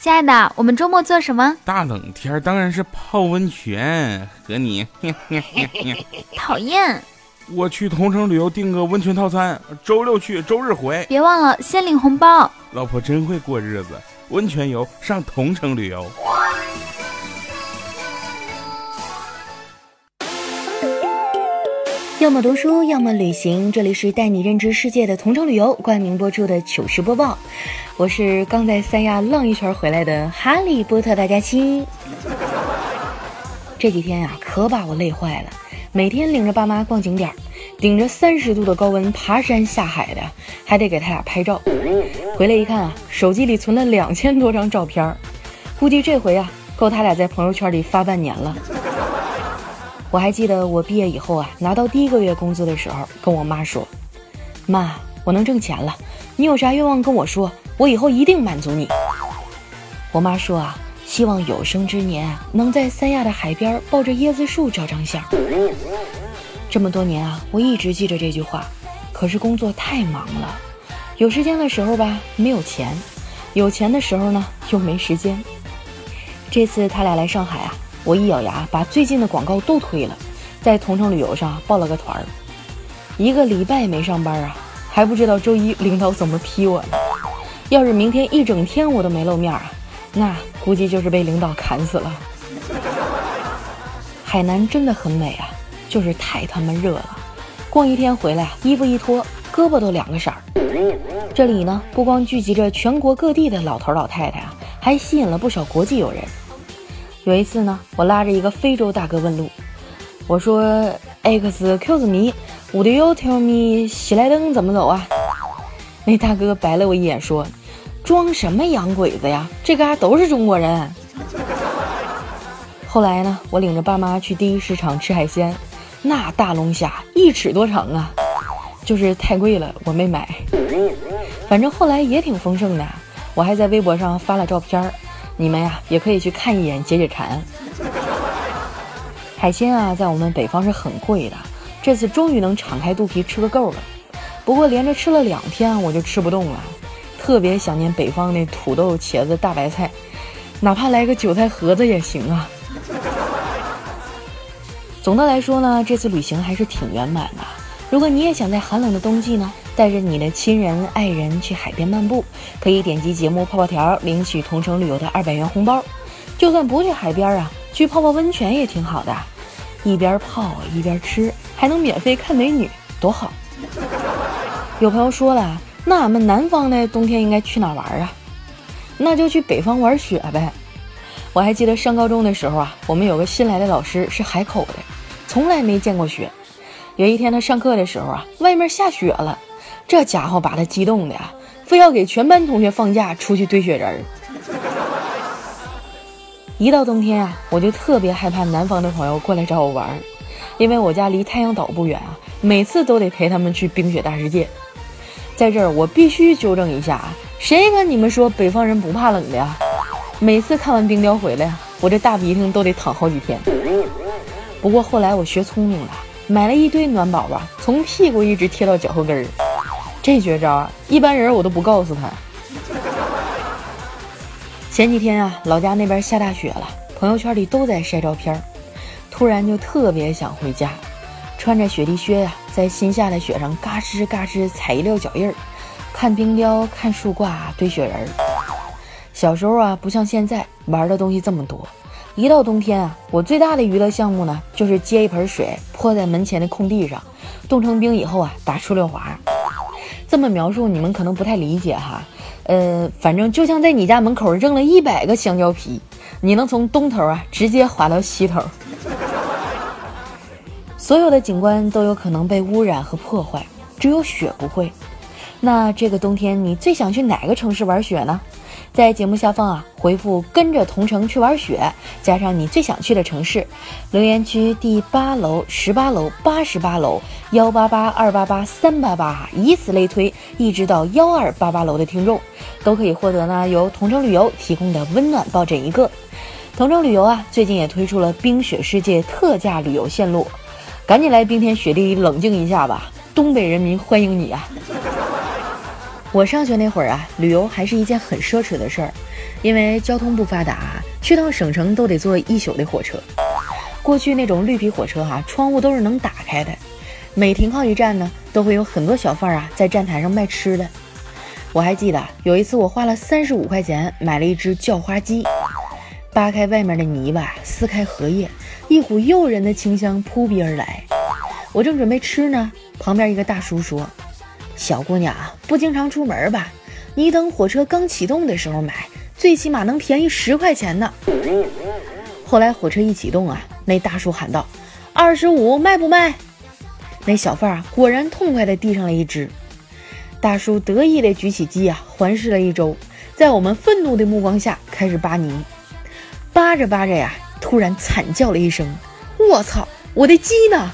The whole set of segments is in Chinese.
亲爱的，我们周末做什么？ 大冷天当然是泡温泉，和你讨厌。 我去同城旅游订个温泉套餐，周六去，周日回。 别忘了先领红包。 老婆真会过日子，温泉游上同城旅游。 要么读书，要么旅行，这里是带你认知世界的同城旅游冠名播出的糗事播报。我是刚在三亚浪一圈回来的哈利波特大家亲。这几天呀，可把我累坏了，每天领着爸妈逛景点，顶着30度的高温爬山下海的，还得给他俩拍照。回来一看啊，手机里存了2000多张照片，估计这回啊够他俩在朋友圈里发半年了。我还记得我毕业以后啊，拿到第1个月工资的时候，跟我妈说：“妈，我能挣钱了，你有啥愿望跟我说，我以后一定满足你。”我妈说啊，希望有生之年能在三亚的海边抱着椰子树照张相。这么多年啊，我一直记着这句话，可是工作太忙了，有时间的时候吧没有钱，有钱的时候呢又没时间。这次他俩来上海啊，我一咬牙把最近的广告都推了，在同城旅游上报了个团，1个礼拜没上班啊，还不知道周一领导怎么批我呢。要是明天一整天我都没露面啊，那估计就是被领导砍死了。海南真的很美啊，就是太他妈热了，逛一天回来衣服一脱，胳膊都2个色儿。这里呢，不光聚集着全国各地的老头老太太啊，还吸引了不少国际友人。有一次呢，我拉着一个非洲大哥问路，我说 Excuse me, would you tell me 喜来登怎么走啊？那大哥白了我一眼说，装什么洋鬼子呀，这嘎都是中国人。后来呢，我领着爸妈去第一市场吃海鲜，那大龙虾1尺多长啊，就是太贵了我没买。反正后来也挺丰盛的，我还在微博上发了照片，你们呀也可以去看一眼解解馋。海鲜啊在我们北方是很贵的，这次终于能敞开肚皮吃个够了。不过连着吃了2天我就吃不动了，特别想念北方那土豆茄子大白菜，哪怕来个韭菜盒子也行啊。总的来说呢，这次旅行还是挺圆满的。如果你也想在寒冷的冬季呢，带着你的亲人爱人去海边漫步，可以点击节目泡泡条领取同城旅游的200元红包。就算不去海边啊，去泡泡温泉也挺好的，一边泡一边吃，还能免费看美女，多好。有朋友说了，那俺们南方的冬天应该去哪玩啊？那就去北方玩雪呗。我还记得上高中的时候啊，我们有个新来的老师是海口的，从来没见过雪。有一天他上课的时候啊，外面下雪了，这家伙把他激动的呀，非要给全班同学放假出去堆雪人。一到冬天啊，我就特别害怕南方的朋友过来找我玩，因为我家离太阳岛不远啊，每次都得陪他们去冰雪大世界。在这儿我必须纠正一下啊，谁跟你们说北方人不怕冷的呀？每次看完冰雕回来，我这大鼻涕都得淌好几天。不过后来我学聪明了，买了一堆暖宝宝，从屁股一直贴到脚后跟儿。这绝招啊，一般人我都不告诉他。前几天啊，老家那边下大雪了，朋友圈里都在晒照片，突然就特别想回家，穿着雪地靴呀，在新下的雪上嘎吱嘎吱踩一溜脚印儿，看冰雕，看树挂，堆雪人。小时候啊，不像现在玩的东西这么多。一到冬天啊，我最大的娱乐项目呢，就是接一盆水泼在门前的空地上，冻成冰以后啊，打出溜滑。这么描述你们可能不太理解哈，反正就像在你家门口扔了100个香蕉皮，你能从东头啊直接滑到西头。所有的景观都有可能被污染和破坏，只有雪不会。那这个冬天你最想去哪个城市玩雪呢？在节目下方啊，回复跟着同城去玩雪，加上你最想去的城市，留言区第8楼、18楼、88楼、188、288、388，以此类推，一直到1288楼的听众，都可以获得呢由同城旅游提供的温暖抱枕1个。同城旅游啊，最近也推出了冰雪世界特价旅游线路，赶紧来冰天雪地里冷静一下吧，东北人民欢迎你啊！ 我上学那会儿啊，旅游还是一件很奢侈的事儿，因为交通不发达，去趟省城都得坐1宿的火车。过去那种绿皮火车窗户都是能打开的，每停靠一站呢，都会有很多小贩在站台上卖吃的。我还记得有一次我花了35块钱买了一只叫花鸡，扒开外面的泥巴，撕开荷叶，一股诱人的清香扑鼻而来。我正准备吃呢，旁边一个大叔说：“小姑娘不经常出门吧？你等火车刚启动的时候买，最起码能便宜10块钱呢。”后来火车一启动那大叔喊道：“25卖不卖？”那小贩果然痛快地递上了一只。大叔得意地举起鸡环视了一周，在我们愤怒的目光下开始扒泥。扒着扒着突然惨叫了一声：“我操，我的鸡呢！”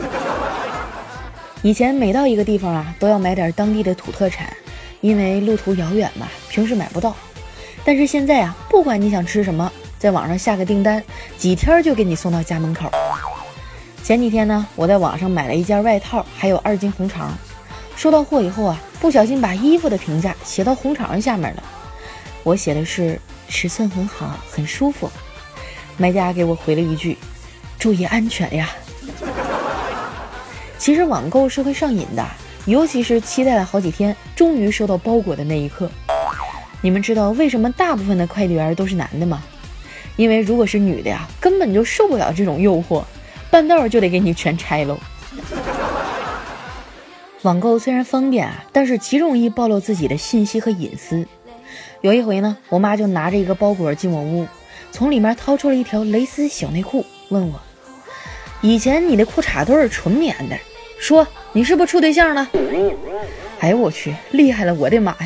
以前每到一个地方都要买点当地的土特产，因为路途遥远嘛，平时买不到。但是现在不管你想吃什么，在网上下个订单，几天就给你送到家门口。前几天呢，我在网上买了一件外套，还有2斤红肠。收到货以后不小心把衣服的评价写到红肠下面了。我写的是尺寸很好，很舒服。卖家给我回了一句：“注意安全呀。”其实网购是会上瘾的，尤其是期待了好几天，终于收到包裹的那一刻。你们知道为什么大部分的快递员都是男的吗？因为如果是女的根本就受不了这种诱惑，半道就得给你全拆喽。网购虽然方便但是极容易暴露自己的信息和隐私。有一回呢，我妈就拿着一个包裹进我屋，从里面掏出了一条蕾丝小内裤，问我：“以前你的裤衩都是纯棉的，说你是不是处对象了？”哎呦我去，厉害了，我的妈呀！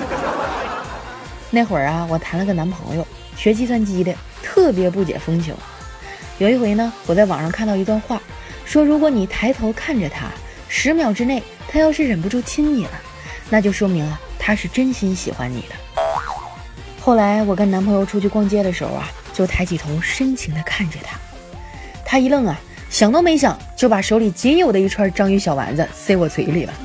那会儿我谈了个男朋友，学计算机的，特别不解风情。有一回呢，我在网上看到一段话，说如果你抬头看着他，10秒之内他要是忍不住亲你了，那就说明他是真心喜欢你的。后来我跟男朋友出去逛街的时候就抬起头深情地看着他，他一愣想都没想就把手里仅有的一串章鱼小丸子塞我嘴里了。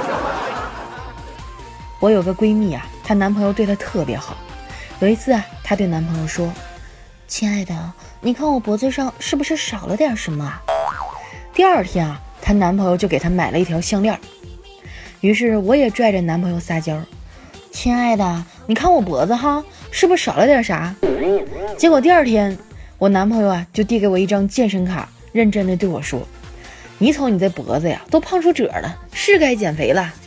我有个闺蜜她男朋友对她特别好。有一次她对男朋友说：“亲爱的，你看我脖子上是不是少了点什么啊？”第二天她男朋友就给她买了一条项链。于是我也拽着男朋友撒娇：“亲爱的，你看我脖子是不是少了点啥？”结果第二天我男朋友就递给我一张健身卡，认真的对我说：“你瞅你这脖子都胖出褶了，是该减肥了。”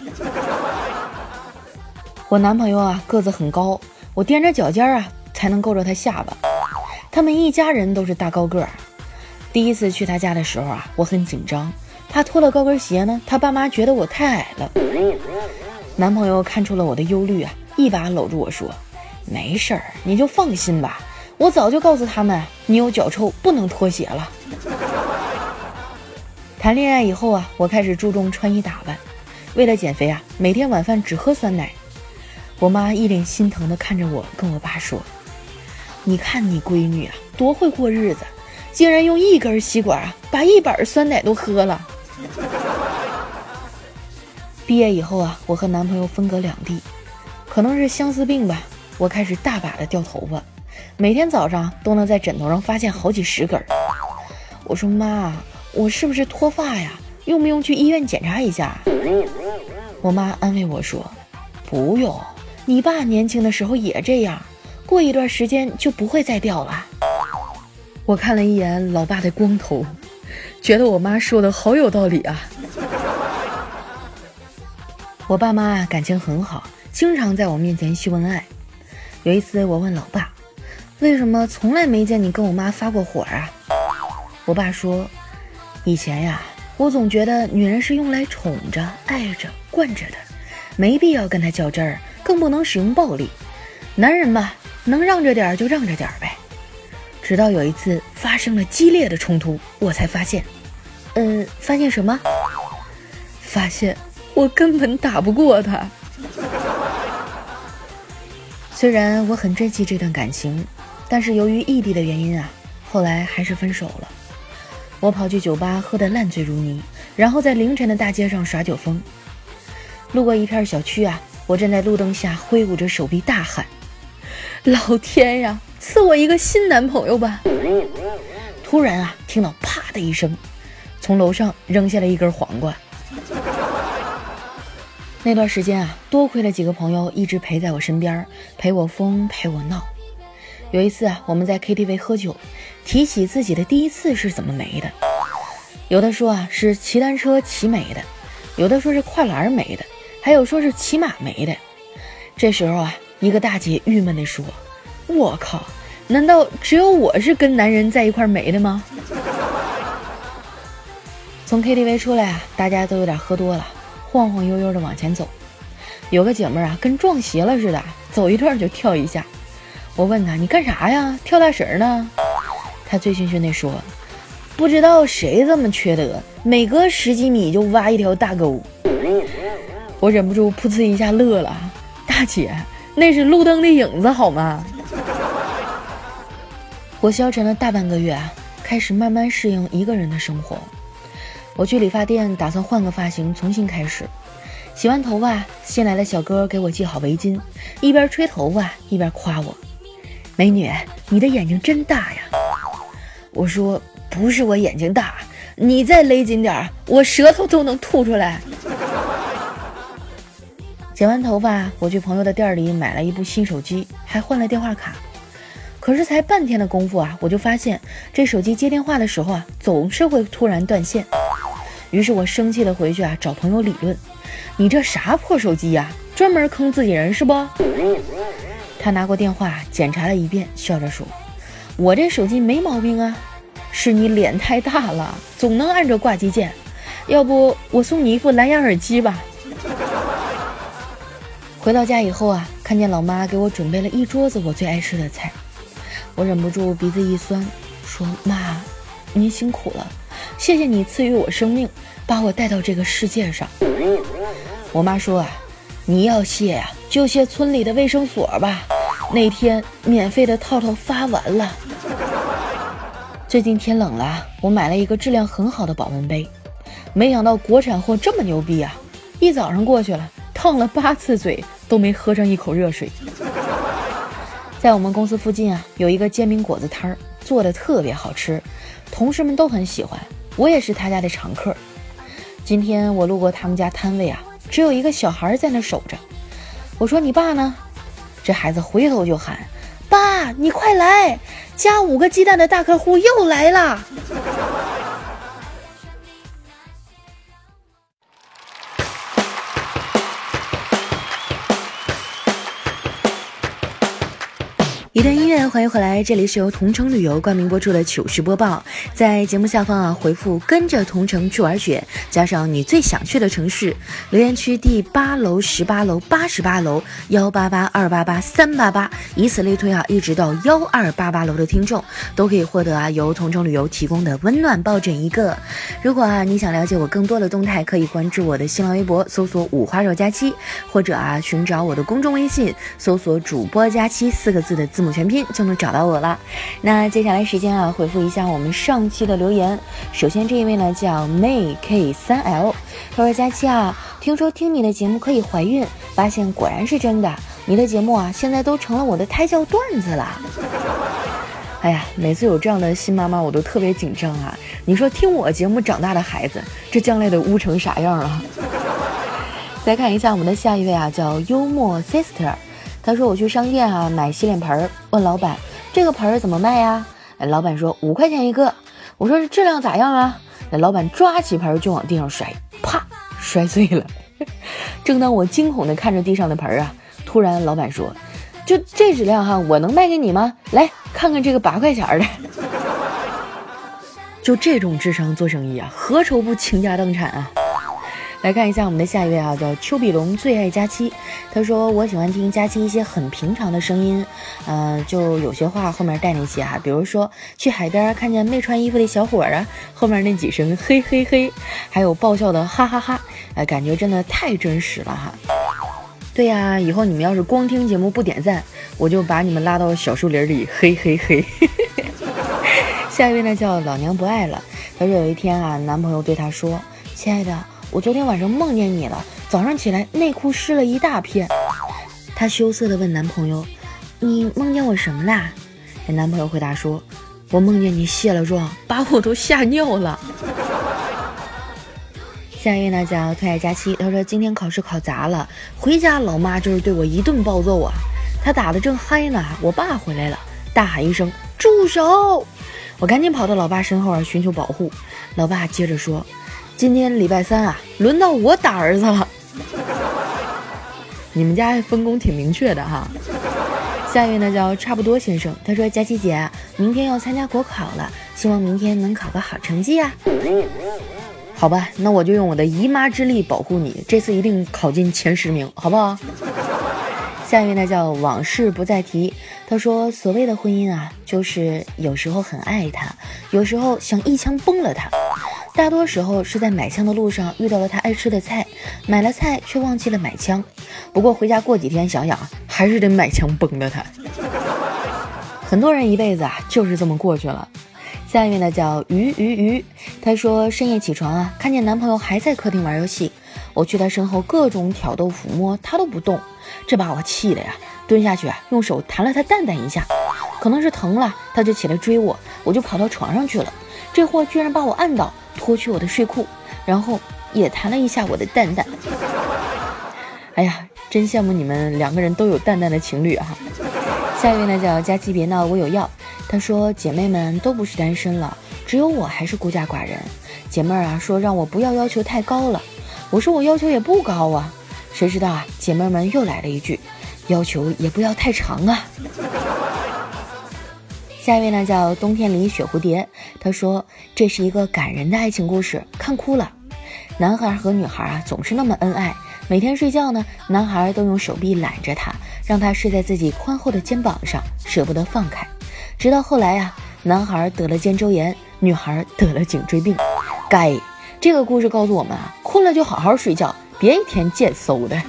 我男朋友个子很高，我踮着脚尖才能够着他下巴。他们一家人都是大高个儿。第一次去他家的时候我很紧张，怕脱了高跟鞋呢，他爸妈觉得我太矮了。男朋友看出了我的忧虑一把搂住我说：“没事儿，你就放心吧，我早就告诉他们你有脚臭不能脱鞋了。”谈恋爱以后我开始注重穿衣打扮，为了减肥每天晚饭只喝酸奶。我妈一脸心疼地看着我，跟我爸说：“你看你闺女多会过日子，竟然用一根吸管把1板酸奶都喝了。”毕业以后我和男朋友分隔两地，可能是相思病吧，我开始大把的掉头发，每天早上都能在枕头上发现好几10根。我说：“妈，我是不是脱发呀？用不用去医院检查一下？”我妈安慰我说：“不用，你爸年轻的时候也这样，过一段时间就不会再掉了。”我看了一眼老爸的光头，觉得我妈说的好有道理啊。我爸妈感情很好，经常在我面前秀恩爱。有一次我问老爸：“为什么从来没见你跟我妈发过火啊？”我爸说：“以前我总觉得女人是用来宠着、爱着、惯着的，没必要跟她较真儿，更不能使用暴力。男人吧，能让着点就让着点呗。”直到有一次发生了激烈的冲突，我才发现，发现什么？发现我根本打不过他。虽然我很珍惜这段感情，但是由于异地的原因后来还是分手了。我跑去酒吧喝得烂醉如泥，然后在凌晨的大街上耍酒疯。路过一片小区我站在路灯下挥舞着手臂大喊：老天呀，赐我一个新男朋友吧！突然啊，听到啪的一声，从楼上扔下了一根黄瓜。那段时间啊，多亏了几个朋友一直陪在我身边，陪我疯陪我闹。有一次啊，我们在 KTV 喝酒，提起自己的第一次是怎么没的，有的说啊是骑单车骑没的，有的说是跨栏没的，还有说是骑马没的。这时候啊，一个大姐郁闷地说：我靠，难道只有我是跟男人在一块没的吗？从 KTV 出来啊，大家都有点喝多了，晃晃悠悠的往前走。有个姐妹啊，跟撞邪了似的，走一段就跳一下。我问她：你干啥呀？跳大绳呢？她醉醺醺地说：不知道谁这么缺德，每隔10几米就挖一条大沟。我忍不住噗呲一下乐了。大姐，那是路灯的影子好吗？我消沉了大半个月啊，开始慢慢适应一个人的生活。我去理发店，打算换个发型，重新开始。洗完头发，新来的小哥给我系好围巾，一边吹头发一边夸我：美女，你的眼睛真大呀。我说：不是我眼睛大，你再勒紧点，我舌头都能吐出来。剪完头发，我去朋友的店里买了一部新手机，还换了电话卡。可是才半天的功夫啊，我就发现这手机接电话的时候啊，总是会突然断线。于是我生气的回去啊，找朋友理论：你这啥破手机呀，专门坑自己人是不？他拿过电话检查了一遍，笑着说：我这手机没毛病啊，是你脸太大了，总能按着挂机键，要不我送你一副蓝牙耳机吧。回到家以后啊，看见老妈给我准备了一桌子我最爱吃的菜，我忍不住鼻子一酸，说：妈，您辛苦了，谢谢你赐予我生命，把我带到这个世界上。我妈说啊，你要谢啊，就谢村里的卫生所吧，那天免费的套套发完了。最近天冷了，我买了一个质量很好的保温杯，没想到国产货这么牛逼啊，一早上过去了，烫了8次嘴都没喝上一口热水。在我们公司附近啊，有一个煎饼果子摊儿，做的特别好吃，同事们都很喜欢，我也是他家的常客。今天我路过他们家摊位啊，只有一个小孩在那守着。我说：你爸呢？这孩子回头就喊：爸，你快来，加5个鸡蛋的大客户又来了。一段音乐，欢迎回来，这里是由同城旅游冠名播出的糗事播报。在节目下方啊，回复跟着同城去玩雪，加上你最想去的城市，留言区第8楼、18楼、88楼、188、288、388，以此类推啊，一直到1288楼的听众都可以获得啊由同城旅游提供的温暖抱枕一个。如果啊你想了解我更多的动态，可以关注我的新浪微博，搜索5花肉佳期，或者啊寻找我的公众微信，搜索主播佳期4个字的字母全拼就能找到我了。那接下来时间啊，回复一下我们上期的留言。首先这一位呢叫 May K3L， 他说：佳期啊，听说听你的节目可以怀孕，发现果然是真的，你的节目啊现在都成了我的胎教段子了。哎呀，每次有这样的新妈妈我都特别紧张啊，你说听我节目长大的孩子，这将来得污成啥样了？再看一下我们的下一位啊，叫幽默 Sister，他说：我去商店啊买洗脸盆，问老板这个盆怎么卖呀？老板说5块钱一个。我说这质量咋样啊？老板抓起盆就往地上摔，啪，摔碎了。正当我惊恐地看着地上的盆啊，突然老板说：就这质量哈，我能卖给你吗？来看看这个8块钱的。就这种智商做生意啊，何愁不倾家荡产啊？来看一下我们的下一位啊，叫丘比龙最爱佳期。他说：我喜欢听佳期一些很平常的声音，就有些话后面带那些啊，比如说去海边看见没穿衣服的小伙啊，后面那几声嘿嘿嘿，还有爆笑的哈哈哈，感觉真的太真实了哈。对呀，以后你们要是光听节目不点赞，我就把你们拉到小树林里嘿嘿嘿。下一位呢叫老娘不爱了。他说有一天啊，男朋友对她说：亲爱的，我昨天晚上梦见你了，早上起来内裤湿了一大片。 她羞涩地问男朋友：“你梦见我什么啦？”这男朋友回答说：“我梦见你卸了妆，把我都吓尿了。”下一位呢叫特爱佳期，他说今天考试考砸了，回家老妈就是对我一顿暴揍啊。他打得正嗨呢，我爸回来了，大喊一声住手！我赶紧跑到老爸身后寻求保护。老爸接着说：“今天礼拜三啊，轮到我打儿子了。”你们家分工挺明确的哈。下一位呢叫差不多先生，他说佳琪姐，明天要参加国考了，希望明天能考个好成绩啊。好吧，那我就用我的姨妈之力保护你，这次一定考进前10名，好不好？下一位呢叫往事不再提，他说所谓的婚姻啊，就是有时候很爱他，有时候想一枪崩了他，大多时候是在买枪的路上遇到了他爱吃的菜，买了菜却忘记了买枪，不过回家过几天想想还是得买枪崩了他。很多人一辈子啊就是这么过去了。下一位呢叫鱼，他说深夜起床啊，看见男朋友还在客厅玩游戏，我去他身后各种挑逗抚摸，他都不动，这把我气的呀，蹲下去啊，用手弹了他蛋蛋一下，可能是疼了，他就起来追我，我就跑到床上去了，这货居然把我按倒，脱去我的睡裤，然后也弹了一下我的蛋蛋。哎呀，真羡慕你们2个人都有蛋蛋的情侣啊。下一位呢叫佳琪别闹我有药，他说姐妹们都不是单身了，只有我还是孤家寡人，姐妹儿啊说让我不要要求太高了，我说我要求也不高啊，谁知道啊姐妹们又来了一句要求也不要太长啊。下一位呢叫冬天里雪蝴蝶，他说这是一个感人的爱情故事，看哭了。男孩和女孩啊总是那么恩爱，每天睡觉呢，男孩都用手臂揽着她，让她睡在自己宽厚的肩膀上，舍不得放开。直到后来啊，男孩得了肩周炎，女孩得了颈椎病。这个故事告诉我们啊，困了就好好睡觉，别一天贱嗖的。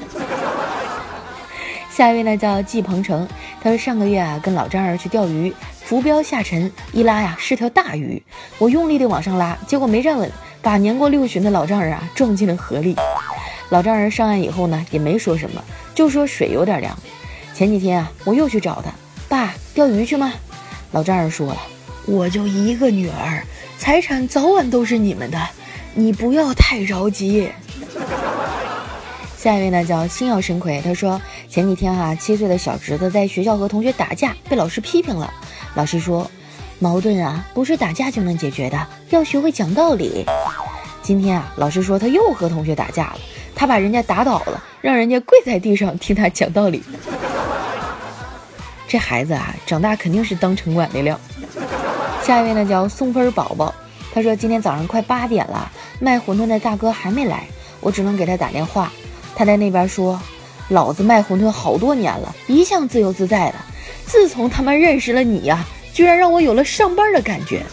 下一位呢叫季鹏程，他说上个月啊跟老丈人去钓鱼，浮标下沉，一拉呀是条大鱼，我用力的往上拉，结果没站稳，把年过60旬的老丈人啊撞进了河里。老丈人上岸以后呢也没说什么，就说水有点凉。前几天啊我又去找他，爸钓鱼去吗？老丈人说了，我就一个女儿，财产早晚都是你们的，你不要太着急。下一位呢叫心耀神魁，他说前几天啊7岁的小侄子在学校和同学打架，被老师批评了，老师说矛盾啊不是打架就能解决的，要学会讲道理。今天啊老师说他又和同学打架了，他把人家打倒了，让人家跪在地上听他讲道理。这孩子啊长大肯定是当城管的料。下一位呢叫送分宝宝，他说今天早上快8点了，卖馄饨的大哥还没来，我只能给他打电话，他在那边说老子卖馄饨好多年了，一向自由自在的，自从他们认识了你呀，居然让我有了上班的感觉。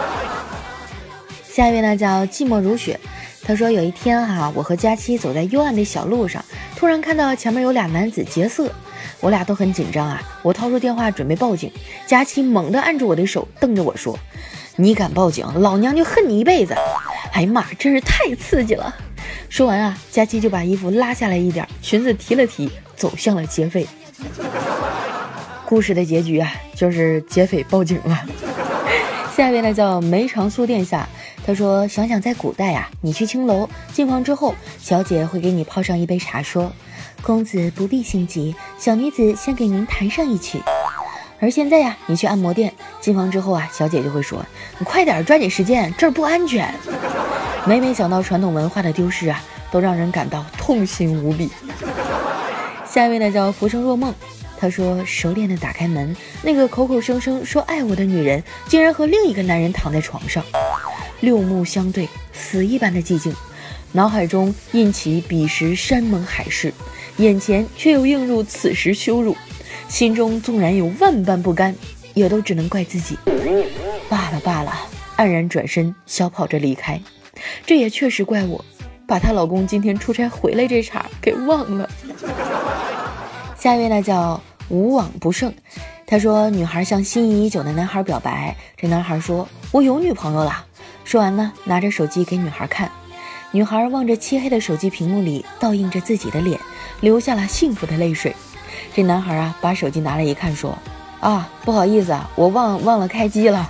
下一位呢叫寂寞如雪，他说有一天我和佳期走在幽暗的小路上，突然看到前面有俩男子劫色，我俩都很紧张啊，我掏出电话准备报警，佳期猛地按住我的手，瞪着我说你敢报警，老娘就恨你一辈子。哎呀妈，真是太刺激了。说完啊，佳期就把衣服拉下来一点，裙子提了提，走向了劫匪。故事的结局啊，就是劫匪报警了。下一位呢叫梅长苏殿下，他说想想在古代啊，你去青楼进房之后，小姐会给你泡上一杯茶，说公子不必心急，小女子先给您弹上一曲。而现在呀，你去按摩店进房之后啊，小姐就会说你快点抓紧时间，这儿不安全。每每想到传统文化的丢失啊，都让人感到痛心无比。下一位呢叫浮生若梦，他说熟练的打开门，那个口口声声说爱我的女人竟然和另一个男人躺在床上，六目相对，死一般的寂静，脑海中印起彼时山盟海誓，眼前却又映入此时羞辱，心中纵然有万般不甘，也都只能怪自己。罢了，黯然转身小跑着离开。这也确实怪我，把她老公今天出差回来这茬给忘了。下一位呢叫无往不胜，他说女孩向心仪已久的男孩表白，这男孩说我有女朋友了。说完呢，拿着手机给女孩看，女孩望着漆黑的手机屏幕里倒映着自己的脸，流下了幸福的泪水。 这男孩啊把手机拿来一看，说啊不好意思啊，我忘了开机了。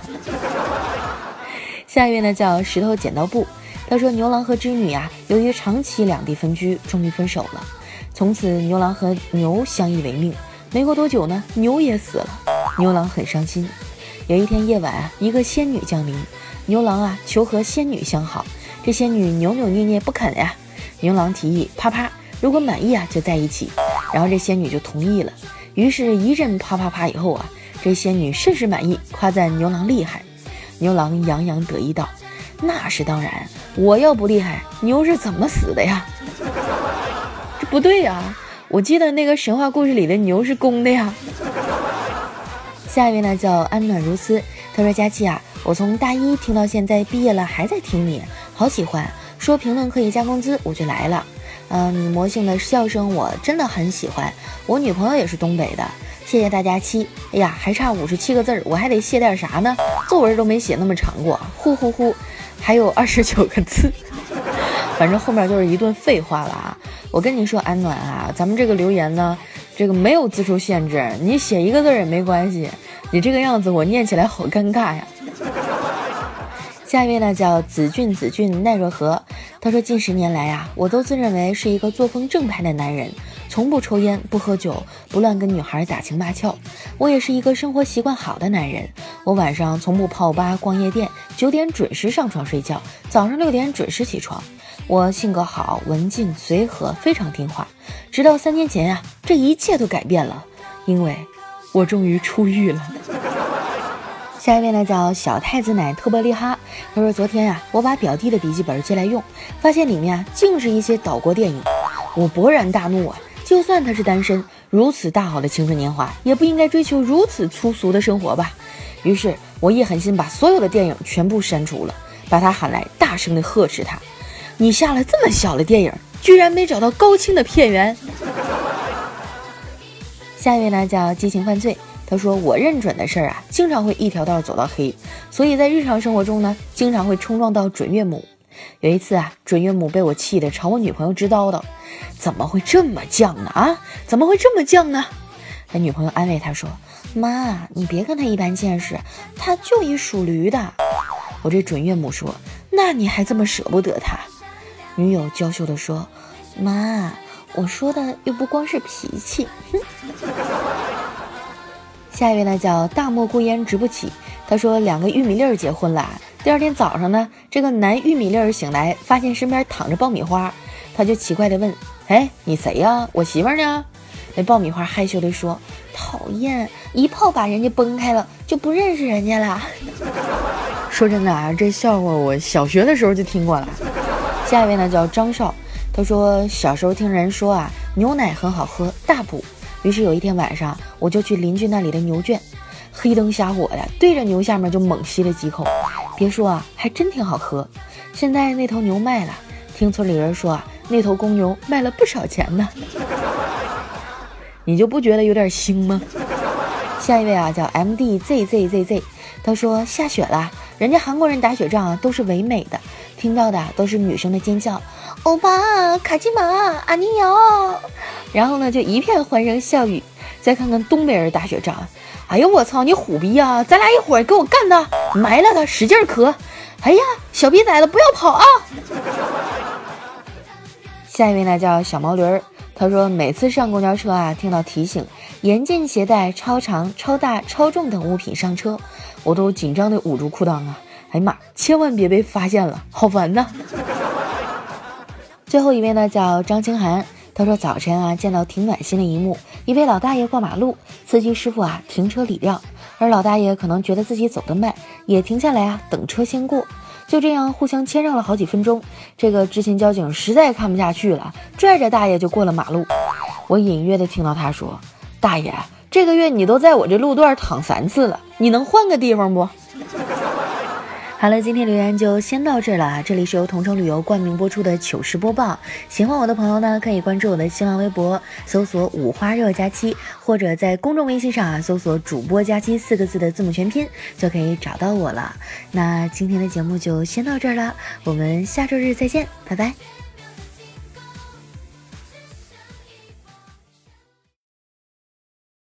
下一位呢叫石头剪刀布，他说牛郎和织女啊，由于长期两地分居，终于分手了。从此牛郎和牛相依为命，没过多久呢，牛也死了，牛郎很伤心。有一天夜晚啊，一个仙女降临，牛郎啊求和仙女相好，这仙女扭扭捏捏不肯呀。牛郎提议啪啪，如果满意啊就在一起，然后这仙女就同意了。于是一阵啪啪啪以后啊，这仙女甚是满意，夸赞牛郎厉害。牛郎洋洋得意道，那是当然，我要不厉害，牛是怎么死的呀？这不对呀，我记得那个神话故事里的牛是公的呀。下一位呢叫安暖如斯，他说佳期啊，我从大一听到现在毕业了还在听你，好喜欢，说评论可以加工资我就来了。你魔性的笑声我真的很喜欢，我女朋友也是东北的，谢谢大家期。哎呀，还差57个字，我还得写点啥呢？作文都没写那么长过，呼呼呼，还有29个字，反正后面就是一顿废话了啊！我跟你说，安暖啊，咱们这个留言呢，这个没有字数限制，你写一个字也没关系。你这个样子我念起来好尴尬呀。下一位呢叫子俊奈若何，他说近10年来啊，我都自认为是一个作风正派的男人，从不抽烟不喝酒，不乱跟女孩打情骂俏。我也是一个生活习惯好的男人，我晚上从不泡吧逛夜店，9点准时上床睡觉，早上6点准时起床。我性格好，文静随和，非常听话。直到3年前啊，这一切都改变了，因为我终于出狱了。下一位呢叫小太子奶特伯利哈，他说昨天啊，我把表弟的笔记本借来用，发现里面啊竟是一些岛国电影。我勃然大怒啊，就算他是单身，如此大好的青春年华，也不应该追求如此粗俗的生活吧。于是我一狠心把所有的电影全部删除了，把他喊来，大声的呵斥他，你下了这么小的电影，居然没找到高清的片源。下一位呢叫激情犯罪，他说我认准的事儿啊，经常会一条道走到黑，所以在日常生活中呢，经常会冲撞到准岳母。有一次啊，准岳母被我气得朝我女朋友直叨叨，怎么会这么犟呢啊？怎么会这么犟呢？他女朋友安慰他说，妈，你别跟他一般见识，他就一属驴的。我这准岳母说，那你还这么舍不得他？女友娇羞地说，妈，我说的又不光是脾气。下一位呢叫大漠孤烟直不起，他说2个玉米粒儿结婚了，第二天早上呢，这个男玉米粒儿醒来，发现身边躺着爆米花，他就奇怪地问，哎，你谁呀？我媳妇儿呢？那爆米花害羞地说，讨厌，一炮把人家崩开了，就不认识人家了。说真的啊，这笑话我小学的时候就听过了。下一位呢叫张少，他说小时候听人说啊，牛奶很好喝，大补。于是有一天晚上，我就去邻居那里的牛圈，黑灯瞎火的对着牛下面就猛吸了几口，别说啊，还真挺好喝。现在那头牛卖了，听村里人说啊，那头公牛卖了不少钱呢。你就不觉得有点腥吗？下一位啊叫 MDZZZZ， 他说下雪了，人家韩国人打雪仗啊都是唯美的，听到的都是女生的尖叫，欧巴卡基玛阿尼瑶，然后呢就一片欢声笑语。再看看东北人打雪仗，哎呦我操，你虎逼啊，咱俩一会儿给我干他，埋了他，使劲咳，哎呀小逼崽子不要跑啊。下一位呢叫小毛驴儿，他说每次上公交车啊，听到提醒严禁携带超长超大超重等物品上车，我都紧张的捂住裤裆啊，哎呀妈，千万别被发现了，好烦呐。最后一位呢叫张清涵，他说早晨啊见到挺暖心的一幕，一位老大爷过马路，司机师傅啊停车礼让，而老大爷可能觉得自己走得慢，也停下来啊等车先过，就这样互相谦让了好几分钟。这个执勤交警实在看不下去了，拽着大爷就过了马路。我隐约的听到他说，大爷，这个月你都在我这路段躺3次了，你能换个地方不？好了，今天留言就先到这儿了。这里是由同城旅游冠名播出的糗事播报。喜欢我的朋友呢，可以关注我的新浪微博，搜索五花肉佳期，或者在公众微信上啊搜索主播佳期4个字的字母全拼，就可以找到我了。那今天的节目就先到这儿了，我们下周日再见，拜拜。